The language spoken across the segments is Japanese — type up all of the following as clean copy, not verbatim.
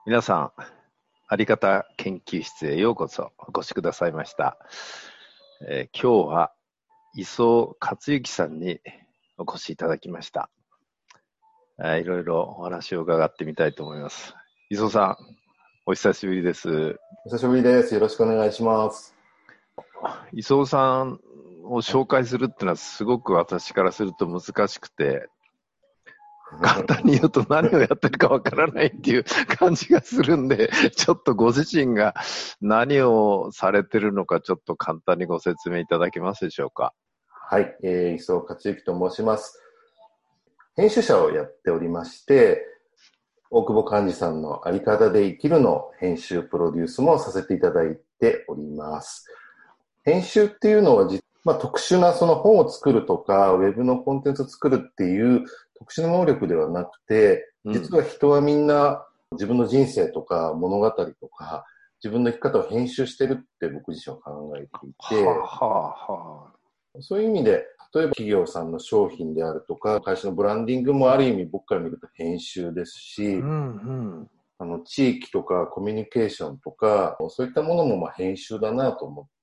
皆さん、あり方研究室へようこそお越しくださいました。今日は磯克之さんにお越しいただきました。いろいろお話を伺ってみたいと思います。磯さん、お久しぶりです。 お久しぶりです。よろしくお願いします。 磯さんを紹介するっていうのはすごく私からすると難しくて、簡単に言うと何をやってるかわからないっていう感じがするんで、ちょっとご自身が何をされてるのかちょっと簡単にご説明いただけますでしょうか。 はい、磯克之と申します。編集者をやっておりまして、大久保寛治さんのあり方で生きるの編集プロデュースもさせていただいております。編集っていうのは特殊なその本を作るとか、ウェブのコンテンツを作るっていう特殊な能力ではなくて、実は人はみんな自分の人生とか物語とか、自分の生き方を編集してるって僕自身は考えていて、そういう意味で、例えば企業さんの商品であるとか、会社のブランディングもある意味僕から見ると編集ですし、地域とかコミュニケーションとか、そういったものも編集だなと思って、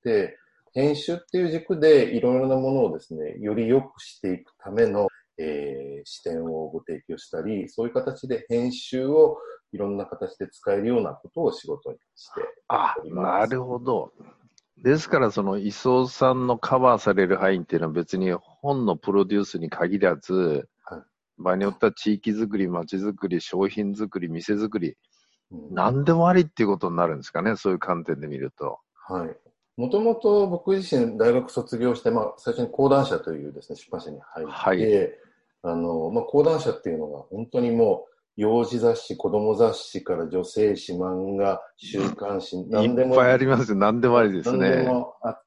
編集っていう軸でいろいろなものをですね、より良くしていくための、視点をご提供したり、そういう形で編集をいろんな形で使えるようなことを仕事にしております。 なるほど。ですから、その磯さんのカバーされる範囲っていうのは別に本のプロデュースに限らず、 はい、 場合によっては地域づくり、街づくり、商品づくり、店づくり、 うん何でもありっていうことになるんですかね、そういう観点で見ると。 はい。もともと僕自身大学卒業して、最初に講談社というですね、出版社に入っはい。 て、講談社っていうのが本当にもう、幼児雑誌、子供雑誌から女性誌、漫画、週刊誌、 いっぱいありますよ。何でもありです何でね。 もあって、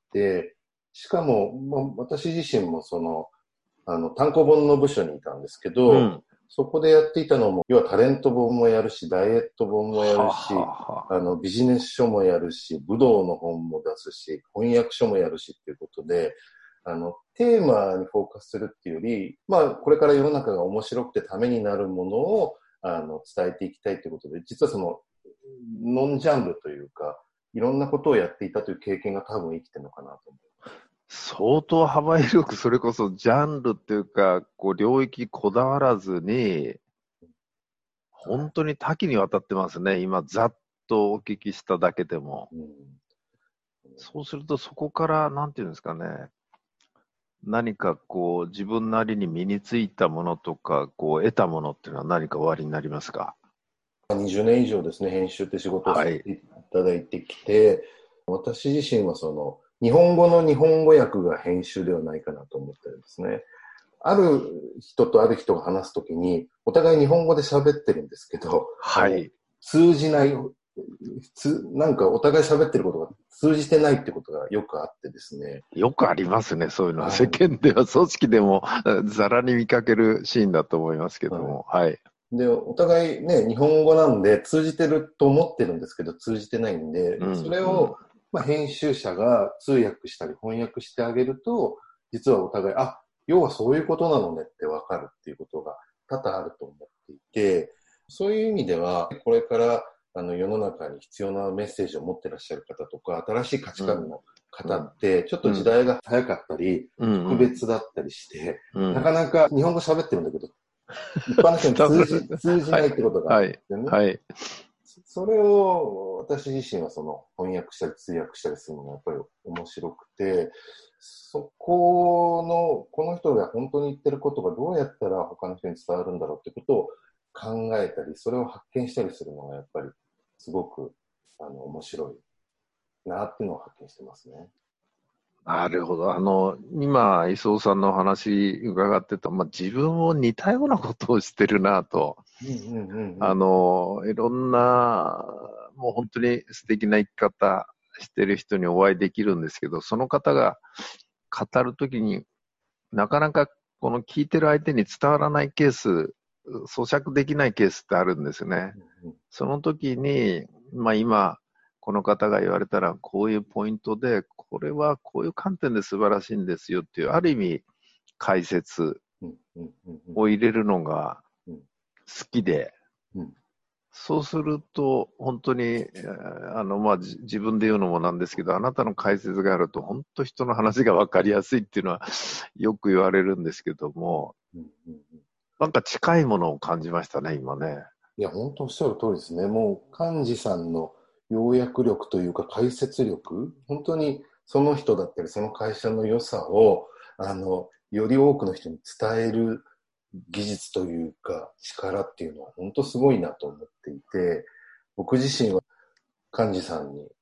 しかも、私自身も単行本の部署にいたんですけど、 うん。 そこでやっていたのも、要はタレント本もやるし、ダイエット本もやはあ、 るし、 はあはビジネス書もやるし、武道の本も出すし、翻訳書もやるしっていうことで、テーマにフォーカスするっていうより、これから世の中が面白くてためになるものを、伝えていきたいということで、実はノンジャンルというか、いろんなことをやっていたという経験が多分生きてるのかなと思相当幅広く、それこそジャンルっていうか、領域こだわらずに、 う。はい。 本当に多岐にわたってますね。今、ざっとお聞きしただけでも。 うん。 そうすると、そこから、なんていうんですかね。何か自分なりに身についたものとか、得たものっていうのは何かおありになりますか？ 20年以上ですね、編集って仕事をさはい。 せていただいてきて、私自身は日本語の日本語訳が編集ではないかなと思ってるんですね。ある人とある人が話すときに、お互い日本語で喋ってるんですけど、 はい。 通じない、なんかお互い喋ってることが通じてないってことがよくあってですね。 よくありますね、そういうのは。世はい。 間では組織でもざらに見かけるシーンだと思いますけどはい。 も。はい。 で、お互いね、日本語なんで通じてると思ってるんですけど、通じてないんで、 うん、うん。 それを、編集者が通訳したり翻訳してあげると、実はお互い、要はそういうことなのねってわかるっていうことが多々あると思っていて、そういう意味では、これから、世の中に必要なメッセージを持ってらっしゃる方とか、新しい価値うん、 観のうん、 方って、ちょっと時うん、 代が早かったり、 うん、う特ん。 別だったりして、 うん。 なかなか日本語喋ってるんだけど、一般の人に通じはい、 ないってことがあるんではい、 すよね。 はい。 それを私自身は翻訳したり通訳したりするのがやっぱり面白くて、この人が本当に言ってることがどうやったら他の人に伝わるんだろうってことを考えたり、それを発見したりするのがやっぱりすごく面白いなっていうのを発見してますね。 なるほど。今、磯尾さんのお話伺ってた、自分も似たようなことをしてるなと。 うんうんうんうん。 いろんな、もう本当に素敵な生き方してる人にお会いできるんですけど、その方が語るときになかなかこの聞いてる相手に伝わらないケース、咀嚼できないケースってあるんですね。 うんうんその時に、今、この方が言われたら、こういうポイントで、これはこういう観点で素晴らしいんですよっていう、ある意味、解説うんうんうんうんを入れるのがうん好きで、 うんそうすると、本当に、まあ、自分で言うのもなんですけど、あなたの解説があると、本当人の話が分かりやすいっていうのはよく言われるんですけども、 うんうんうん、 なんか近いものを感じましたね、今ね。 いや、本当おっしゃる通りですね。もう、幹事さんの要約力というか解説力、本当にその人だったり、その会社の良さを、より多くの人に伝える技術というか力っていうのは本当すごいなと思っていて、僕自身は幹事さんに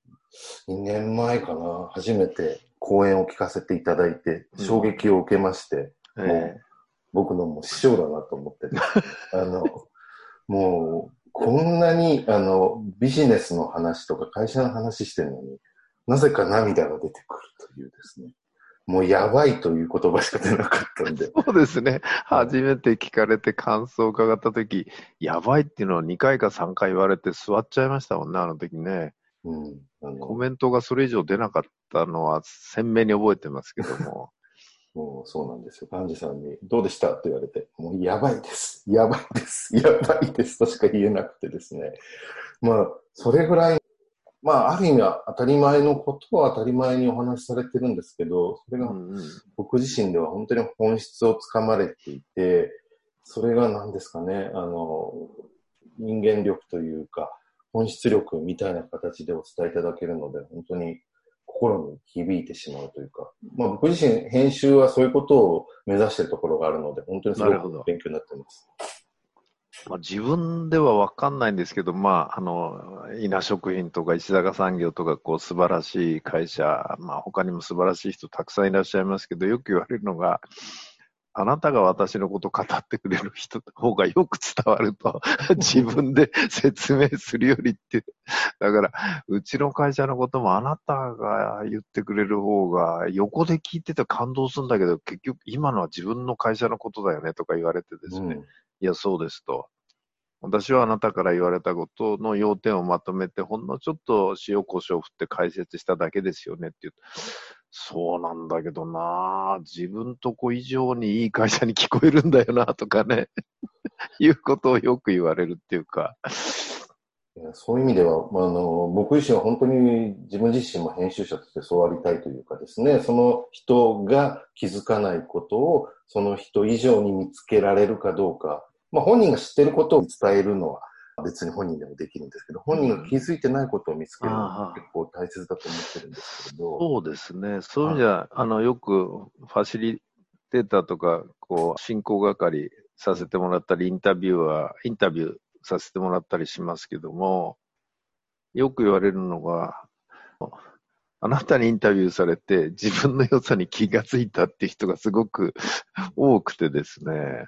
2年前かな、初めて講演を聞かせていただいて、衝撃を受けまして、もう僕のもう師匠だなと思ってですね、もう、こんなに、ビジネスの話とか会社の話してるのに、なぜか涙が出てくるというですね。もうやばいという言葉しか出なかったんで。 そうですね。初めて聞かれて感想を伺ったとき、やばいっていうのを2回か3回言われて座っちゃいましたもんね、あの時ね。 うん、 コメントがそれ以上出なかったのは鮮明に覚えてますけども。 もうそうなんですよ。幹事さんに、どうでしたって言われて、もうやばいです。やばいです。やばいですとしか言えなくてですね。まあ、それぐらい、まあ、ある意味は当たり前のことは当たり前にお話しされてるんですけど、それが僕自身では本当に本質をつかまれていて、それが何ですかね、人間力というか、本質力みたいな形でお伝えいただけるので、本当に心に響いてしまうというか、まあ僕自身編集はそういうことを目指しているところがあるので、本当にすごく勉強になっています。 まあ、自分では分かんないんですけど、まあ、稲食品とか石坂産業とか、こう、素晴らしい会社、まあ、他にも素晴らしい人たくさんいらっしゃいますけど、よく言われるのが、あなたが私のことを語ってくれる人の方がよく伝わると、自分で説明するよりって。だから、うちの会社のこともあなたが言ってくれる方が、横で聞いてて感動するんだけど、結局今のは自分の会社のことだよねとか言われてですね。いや、そうですと。私はあなたから言われたことの要点をまとめて、ほんのちょっと塩コショウ振って解説しただけですよねって言う。そうなんだけどなぁ、自分とこ以上にいい会社に聞こえるんだよなとかね、いうことをよく言われるっていうか。 そういう意味では、僕自身は本当に自分自身も編集者としてそうありたいというかですね、その人が気づかないことをその人以上に見つけられるかどうか、まあ本人が知ってることを伝えるのは別に本人でもできるんですけど、本人が気づいてないことを見つけるのは結構大切だと思ってるんですけれど。 そうですね。そういう意味じゃ、よくファシリテーターとか、こう、進行係させてもらったり、インタビューさせてもらったりしますけども、よく言われるのが、あなたにインタビューされて自分の良さに気がついたっていう人がすごく多くてですね。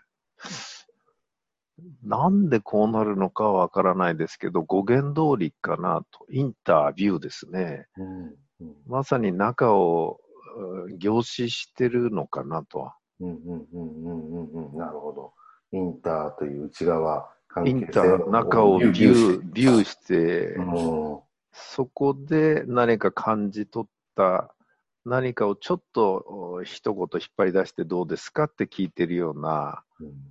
なんでこうなるのかはわからないですけど、語源通りかなと。インタビューですね。まさに中を凝視してるのかなと。 なるほど。インターという内側インター、中をビューして、そこで何か感じ取った何かをちょっと一言引っ張り出してどうですかって聞いてるような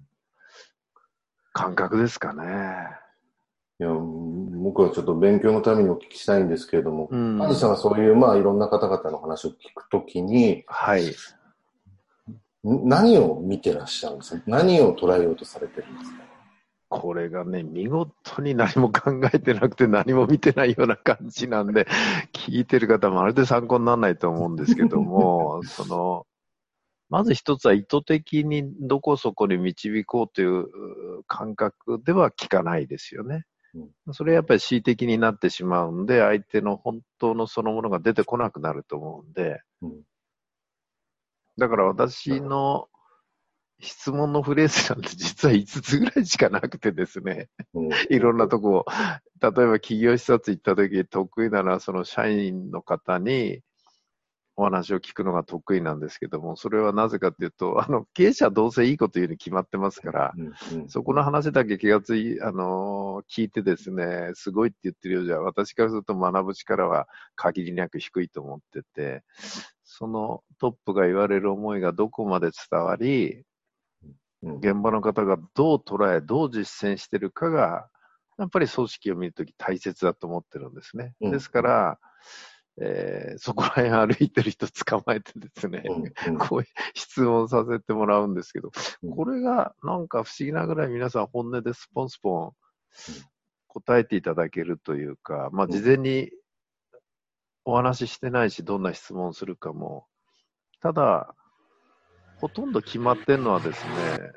感覚ですかね。 いや、僕はちょっと勉強のためにお聞きしたいんですけれども、アンジさんはそういう、まあ、いろんな方々の話を聞くときに、 はい。 何を見てらっしゃるんですか？何を捉えようとされてるんですか？ これがね、見事に何も考えてなくて何も見てないような感じなんで、聞いてる方まるで参考にならないと思うんですけども、まず一つは意図的にどこそこに導こうという感覚では聞かないですよね。それはやっぱり恣意的になってしまうんで、相手の本当のそのものが出てこなくなると思うんで、だから私の質問のフレーズなんて実は5つぐらいしかなくてですね、いろんなとこ、例えば企業視察行った時得意なのはその社員の方にお話を聞くのが得意なんですけども、それはなぜかというと、経営者はどうせいいこと言うに決まってますから、そこの話だけ聞いてですね、すごいって言ってるようじゃ、私からすると学ぶ力は限りなく低いと思ってて、そのトップが言われる思いがどこまで伝わり、現場の方がどう捉え、どう実践してるかがやっぱり組織を見るとき大切だと思ってるんですね。 うん、 ですから、そこら辺歩いてる人捕まえてですね、 うん、 こういう質問させてもらうんですけど、 うん、 これがなんか不思議なぐらい皆さん本音でスポンスポンうん、 答えていただけるというか、まあうん、 事前にお話ししてないし、どんな質問するかも。ただ、ほとんど決まってんのはですね、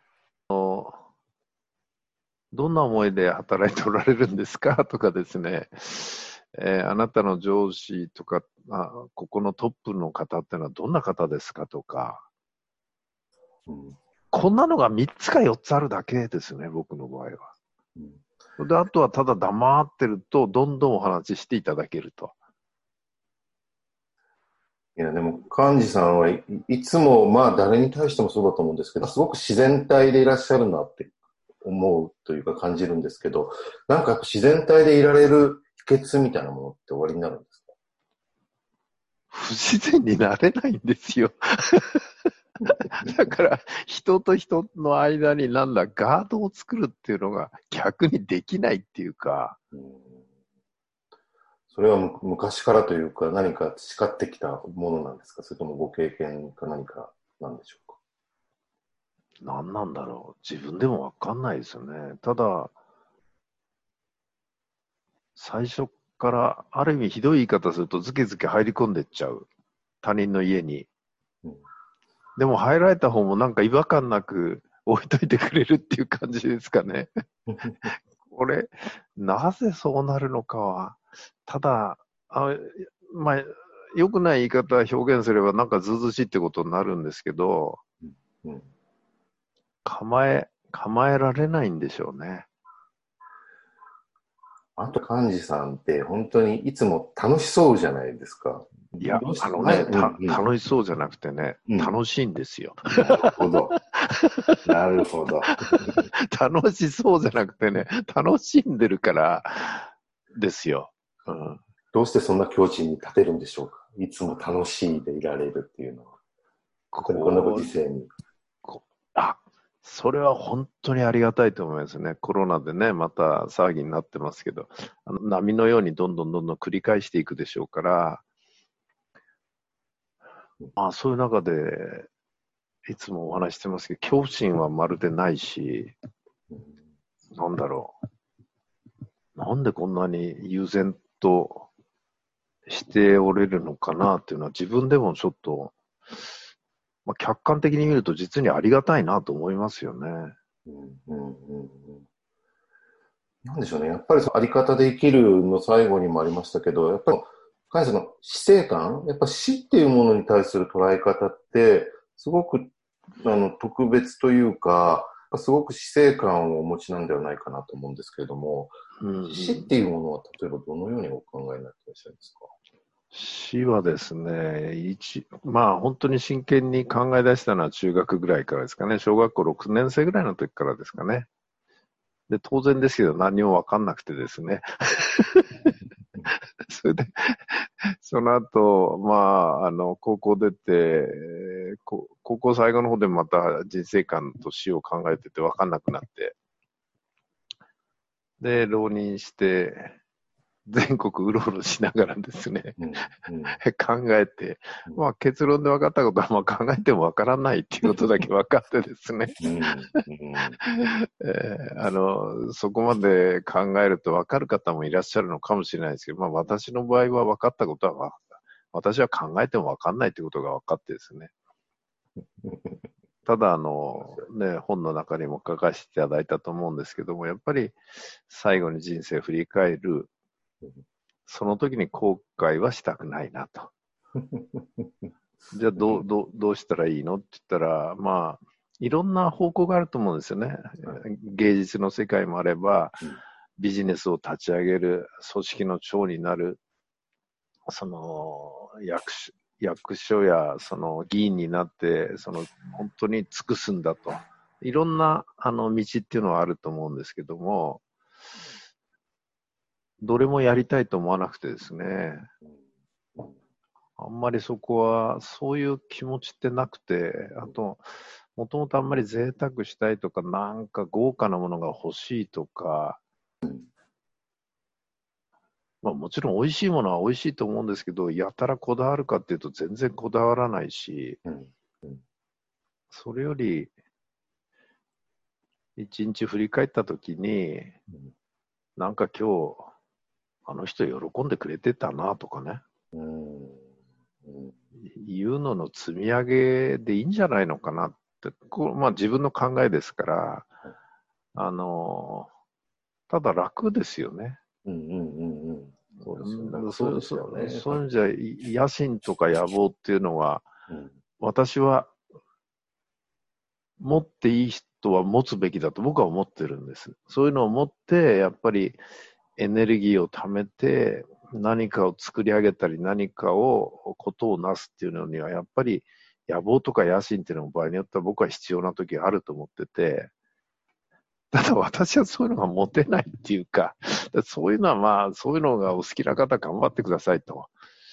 どんな思いで働いておられるんですかとかですね、あなたの上司とか、ここのトップの方ってのはどんな方ですかとか、 うん、 こんなのが3つか4つあるだけですね、僕の場合は。 うん。 で、あとはただ黙ってると、どんどんお話ししていただけると。 いや、でも、幹事さんいつも、まあ、誰に対してもそうだと思うんですけど、すごく自然体でいらっしゃるなって思うというか感じるんですけど、なんかやっぱ自然体でいられる秘訣みたいなものって終わりになるんですか？ 不自然になれないんですよ。だから、人と人の間になんだ、ガードを作るっていうのが逆にできないっていうか、 うん、それは昔からというか何か培ってきたものなんですか？それともご経験か何かなんでしょうか？ 何なんだろう。自分でもわかんないですよね。ただ、最初からある意味ひどい言い方するとズケズケ入り込んでっちゃう。他人の家に。 うん、 でも入られた方もなんか違和感なく置いといてくれるっていう感じですかね。これ、なぜそうなるのかは、ただ、まあ、良くない言い方表現すればなんかずうずうしいってことになるんですけど、 うん、 構えられないんでしょうね。 あと幹事さんって本当にいつも楽しそうじゃないですか。 いや、 どうして、うん、うん、 楽しそうじゃなくてね、 うん。 楽しいんですよ。 なるほど。なるほど。 楽しそうじゃなくてね、楽しんでるからですよ。うん、 どうしてそんな境地に立てるんでしょうか？いつも楽しいでいられるっていうのは。特にこのごこう、 時世に。 こあ、それは本当にありがたいと思いますね。コロナでね、また騒ぎになってますけど、波のようにどんどんどんどん繰り返していくでしょうから、まあそういう中で、いつもお話ししてますけど、恐怖心はまるでないし、なんだろう。なんでこんなに悠然としておれるのかなっていうのは自分でもちょっと、まあ、客観的に見ると実にありがたいなと思いますよね。 うん、うん、うん、うん。なんでしょうね。やっぱりそのあり方で生きるの最後にもありましたけど、やっぱり、かその死生観、やっぱ死っていうものに対する捉え方って、すごく、特別というか、すごく死生観をお持ちなんではないかなと思うんですけれども、 うんう死っん、 ていうものは、例えばどのようにお考えになっていらっしゃるんですか？ 死はですね、まあ本当に真剣に考え出したのは中学ぐらいからですかね。小学校6年生ぐらいの時からですかね。で、当然ですけど何にもわかんなくてですね。それで、その後、まあ、高校出て、高校最後の方でまた人生観と死を考えててわかんなくなって、で、浪人して、全国うろうろしながらですね、 うん、うん、 考えて、 うん、 まあ結論で分かったことは、まあ考えても分からないっていうことだけ分かってですね、 うん、うん。 そこまで考えると分かる方もいらっしゃるのかもしれないですけど、まあ私の場合は分かったことは、私は考えても分かんないってことが分かってですね、ただ本の中にも書かせていただいたと思うんですけども、やっぱり最後に人生を振り返る、その時に後悔はしたくないなと。じゃあどうしたらいいのって言ったら、まあ、いろんな方向があると思うんですよね。芸術の世界もあれば、ビジネスを立ち上げる、組織の長になる、その役所やその議員になって、本当に尽くすんだと。いろんな道っていうのはあると思うんですけども、どれもやりたいと思わなくてですね、あんまりそこは、そういう気持ちってなくて、あと、もともとあんまり贅沢したいとか、なんか豪華なものが欲しいとか、 まあもちろん美味しいものは美味しいと思うんですけど、やたらこだわるかっていうと全然こだわらないし、それより一日振り返った時に、なんか今日あの人喜んでくれてたなとかね、いうのの積み上げでいいんじゃないのかなって、まあ自分の考えですから、ただ楽ですよね。 そうですよね。そうですよね。 そういう意味じゃ、野心とか野望っていうのは、私は持っていい人は持つべきだと僕は思ってるんです。そういうのを持って、やっぱりエネルギーを貯めて、何かを作り上げたり、ことをなすっていうのには、やっぱり野望とか野心っていうのも場合によっては僕は必要な時があると思ってて、ただ私はそういうのが持てないっていうか、そういうのはまあ、そういうのがお好きな方頑張ってくださいと。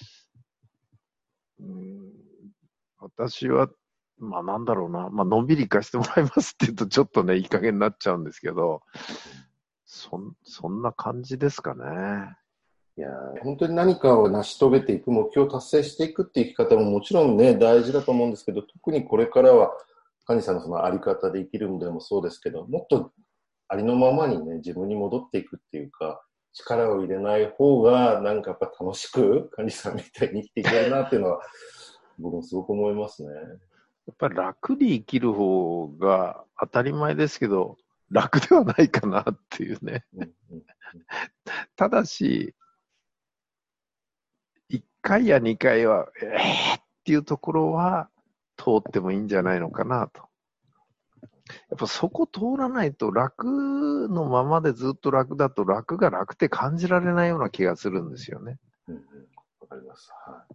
私は、まあなんだろうな、まあのんびり行かせてもらいますって言うとちょっとね、いい加減になっちゃうんですけど、そんな感じですかね。 いや本当に何かを成し遂げていく、目標を達成していくっていう生き方ももちろんね、大事だと思うんですけど、特にこれからは、カニさんのそのあり方で生きるのでもそうですけど、もっとありのままにね、自分に戻っていくっていうか、力を入れない方が、なんかやっぱ楽しく、カニさんみたいに生きていけるなっていうのは、僕もすごく思いますね。 やっぱり楽に生きる方が当たり前ですけど、楽ではないかなっていうね。ただし、1回や2回は、っていうところは通ってもいいんじゃないのかなと。やっぱそこ通らないと楽のままでずっと楽だと楽が楽って感じられないような気がするんですよね。 わかります。はい。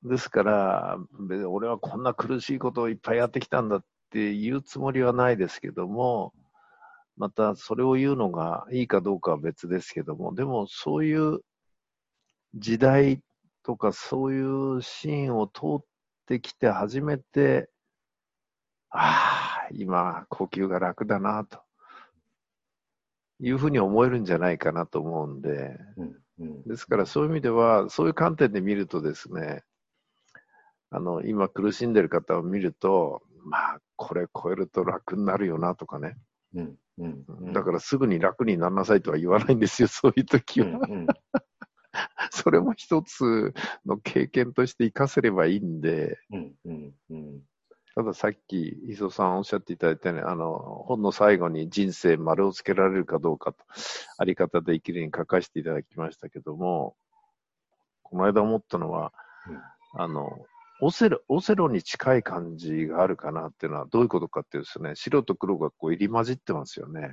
ですから、俺はこんな苦しいことをいっぱいやってきたんだって言うつもりはないですけども、またそれを言うのがいいかどうかは別ですけども、でもそういう時代とかそういうシーンを通ってきて初めて、ああ、今呼吸が楽だなというふうに思えるんじゃないかなと思うんで、ですからそういう意味では、そういう観点で見るとですね、今苦しんでる方を見ると、まあ、これ超えると楽になるよなとかね。だからすぐに楽にならなさいとは言わないんですよ、そういう時は。それも一つの経験として活かせればいいんで、たださっき磯さんおっしゃっていただいたように、本の最後に人生丸をつけられるかどうかと、あり方で生きるに書かせていただきましたけども、この間思ったのは、オセロに近い感じがあるかなっていうのはどういうことかっていうとですね、白と黒がこう入り混じってますよね。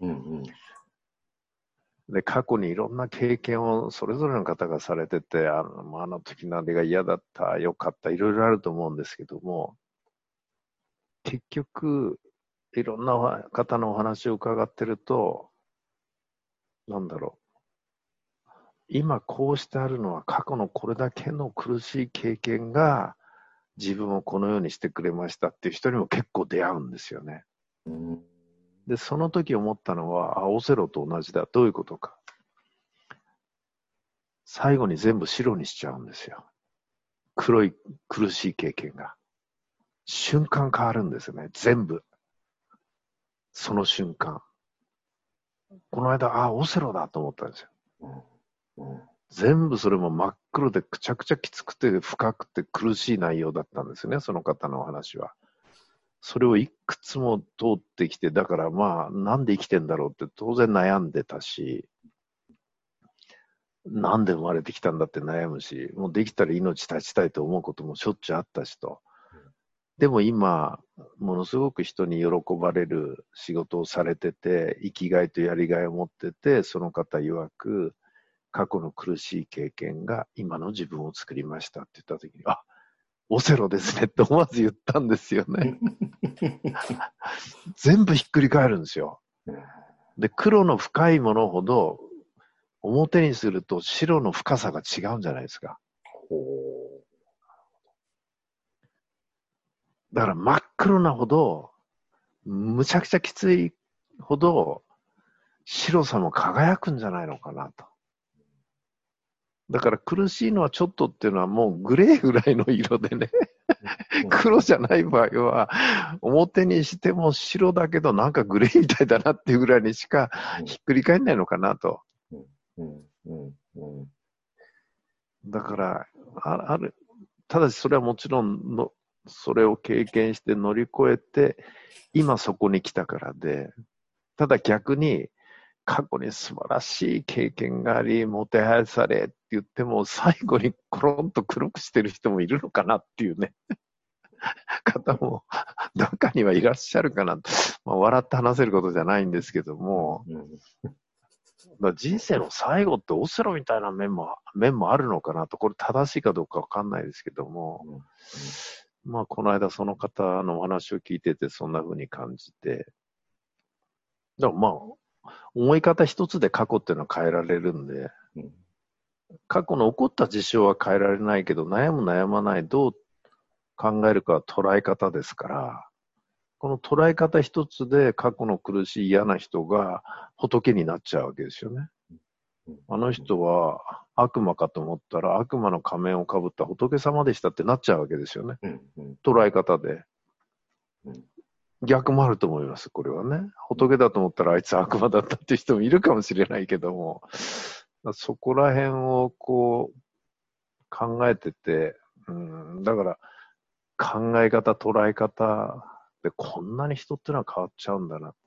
で、過去にいろんな経験をそれぞれの方がされてて、あの時のあれが嫌だった、良かった、いろいろあると思うんですけども、結局、いろんな方のお話を伺ってると、なんだろう。今こうしてあるのは過去のこれだけの苦しい経験が自分をこのようにしてくれましたっていう人にも結構出会うんですよね。で、その時思ったのは、オセロと同じだ。どういうことか。最後に全部白にしちゃうんですよ。黒い苦しい経験が。瞬間変わるんですよね。全部。その瞬間。この間、オセロだと思ったんですよ。全部それも真っ黒でくちゃくちゃきつくて深くて苦しい内容だったんですね。その方のお話は。それをいくつも通ってきて、だからまあ、なんで生きてんだろうって当然悩んでたし、なんで生まれてきたんだって悩むし、もうできたら命絶ちたいと思うこともしょっちゅうあったしと。でも今、ものすごく人に喜ばれる仕事をされてて、生きがいとやりがいを持ってて、その方曰く、過去の苦しい経験が今の自分を作りましたって言ったときに、オセロですねって思わず言ったんですよね。全部ひっくり返るんですよ。で、黒の深いものほど、表にすると白の深さが違うんじゃないですか。だから真っ黒なほど、むちゃくちゃきついほど、 白さも輝くんじゃないのかなと。だから苦しいのはちょっとっていうのはもうグレーぐらいの色でね、黒じゃない場合は、表にしても白だけどなんかグレーみたいだなっていうぐらいにしかひっくり返んないのかなと。だから、ある、ただしそれはもちろんの、それを経験して乗り越えて、今そこに来たからで、ただ逆に、過去に素晴らしい経験があり、もてはやされって言っても、最後にコロンと黒くしてる人もいるのかなっていうね、方も中にはいらっしゃるかな。笑って話せることじゃないんですけども、人生の最後ってオセロみたいな面もあるのかなと、これ正しいかどうかわかんないですけども、この間その方のお話を聞いててそんな風に感じて、でも思い方一つで過去っていうのは変えられるんで、過去の起こった事象は変えられないけど、悩む悩まない、どう考えるかは捉え方ですから、この捉え方一つで過去の苦しい嫌な人が仏になっちゃうわけですよね。あの人は悪魔かと思ったら悪魔の仮面をかぶった仏様でしたってなっちゃうわけですよね。捉え方で。逆もあると思います、これはね。仏だと思ったらあいつ悪魔だったっていう人もいるかもしれないけども、そこら辺をこう考えてて、だから考え方、捉え方でこんなに人ってのは変わっちゃうんだな。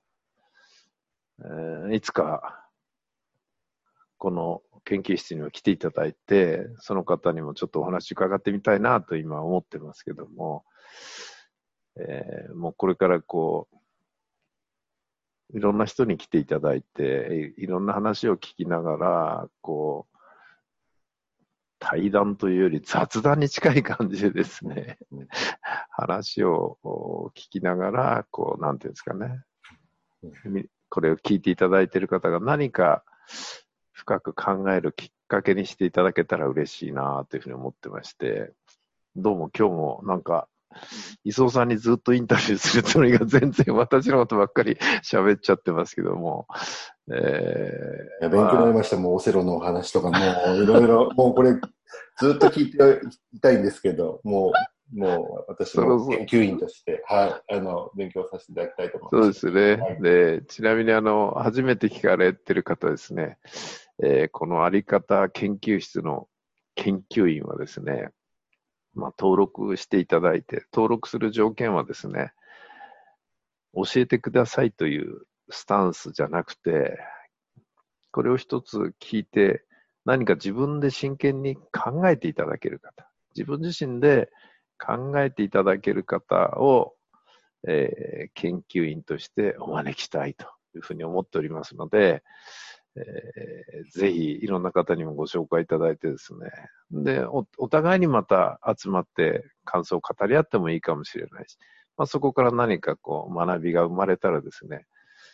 いつかこの研究室にも来ていただいて、その方にもちょっとお話伺ってみたいなと今思ってますけども、もうこれからこう、いろんな人に来ていただいて、いろんな話を聞きながら、こう、対談というより雑談に近い感じでですね、話を聞きながら、こう、なんていうんですかね、これを聞いていただいている方が何か深く考えるきっかけにしていただけたら嬉しいなというふうに思ってまして、どうも今日もなんか、磯尾さんにずっとインタビューするつもりが全然私のことばっかり喋っちゃってますけども。 勉強になりました。もうオセロのお話とかもいろいろ、もうこれずっと聞いていたいんですけど、もう私も研究員として、勉強させていただきたいと思います。 そうですね。で、ちなみに初めて聞かれてる方ですね、このあり方研究室の研究員はですね、登録していただいて、登録する条件はですね、教えてくださいというスタンスじゃなくて、これを一つ聞いて、何か自分で真剣に考えていただける方、自分自身で考えていただける方を、研究員としてお招きしたいというふうに思っておりますので、ぜひいろんな方にもご紹介いただいてですね。で、お互いにまた集まって感想を語り合ってもいいかもしれないし、そこから何かこう学びが生まれたらですね、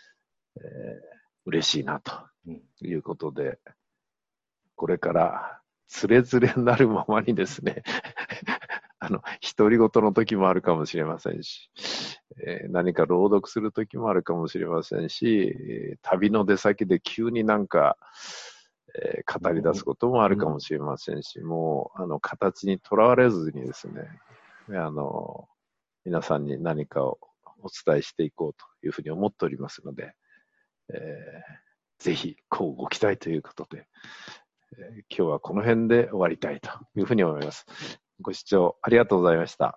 嬉しいなということで、これからつれづれになるままにですね、独り言の時もあるかもしれませんし、何か朗読する時もあるかもしれませんし、旅の出先で急になんか、語り出すこともあるかもしれませんし、もう、形にとらわれずにですね、皆さんに何かをお伝えしていこうというふうに思っておりますので、ぜひ、こうご期待ということで、今日はこの辺で終わりたいというふうに思います。ご視聴ありがとうございました。